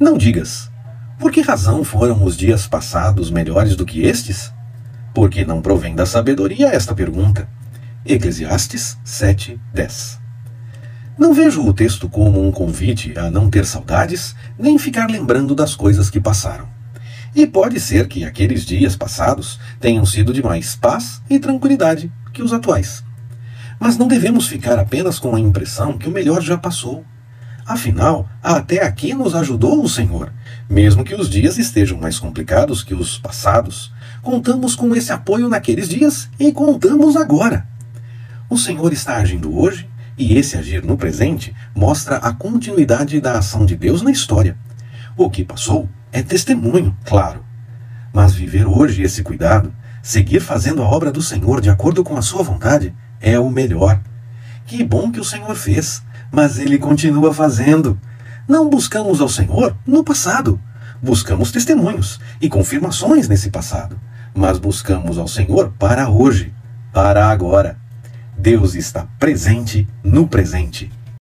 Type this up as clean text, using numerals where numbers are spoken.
Não digas: por que razão foram os dias passados melhores do que estes? Porque não provém da sabedoria esta pergunta. Eclesiastes 7:10. Não vejo o texto como um convite a não ter saudades, nem ficar lembrando das coisas que passaram. E pode ser que aqueles dias passados tenham sido de mais paz e tranquilidade que os atuais. Mas não devemos ficar apenas com a impressão que o melhor já passou. Afinal, até aqui nos ajudou o Senhor. Mesmo que os dias estejam mais complicados que os passados, contamos com esse apoio naqueles dias e contamos agora. O Senhor está agindo hoje, e esse agir no presente mostra a continuidade da ação de Deus na história. O que passou é testemunho, claro. Mas viver hoje esse cuidado, seguir fazendo a obra do Senhor de acordo com a sua vontade, é o melhor. Que bom que o Senhor fez, mas Ele continua fazendo. Não buscamos ao Senhor no passado. Buscamos testemunhos e confirmações nesse passado. Mas buscamos ao Senhor para hoje, para agora. Deus está presente no presente.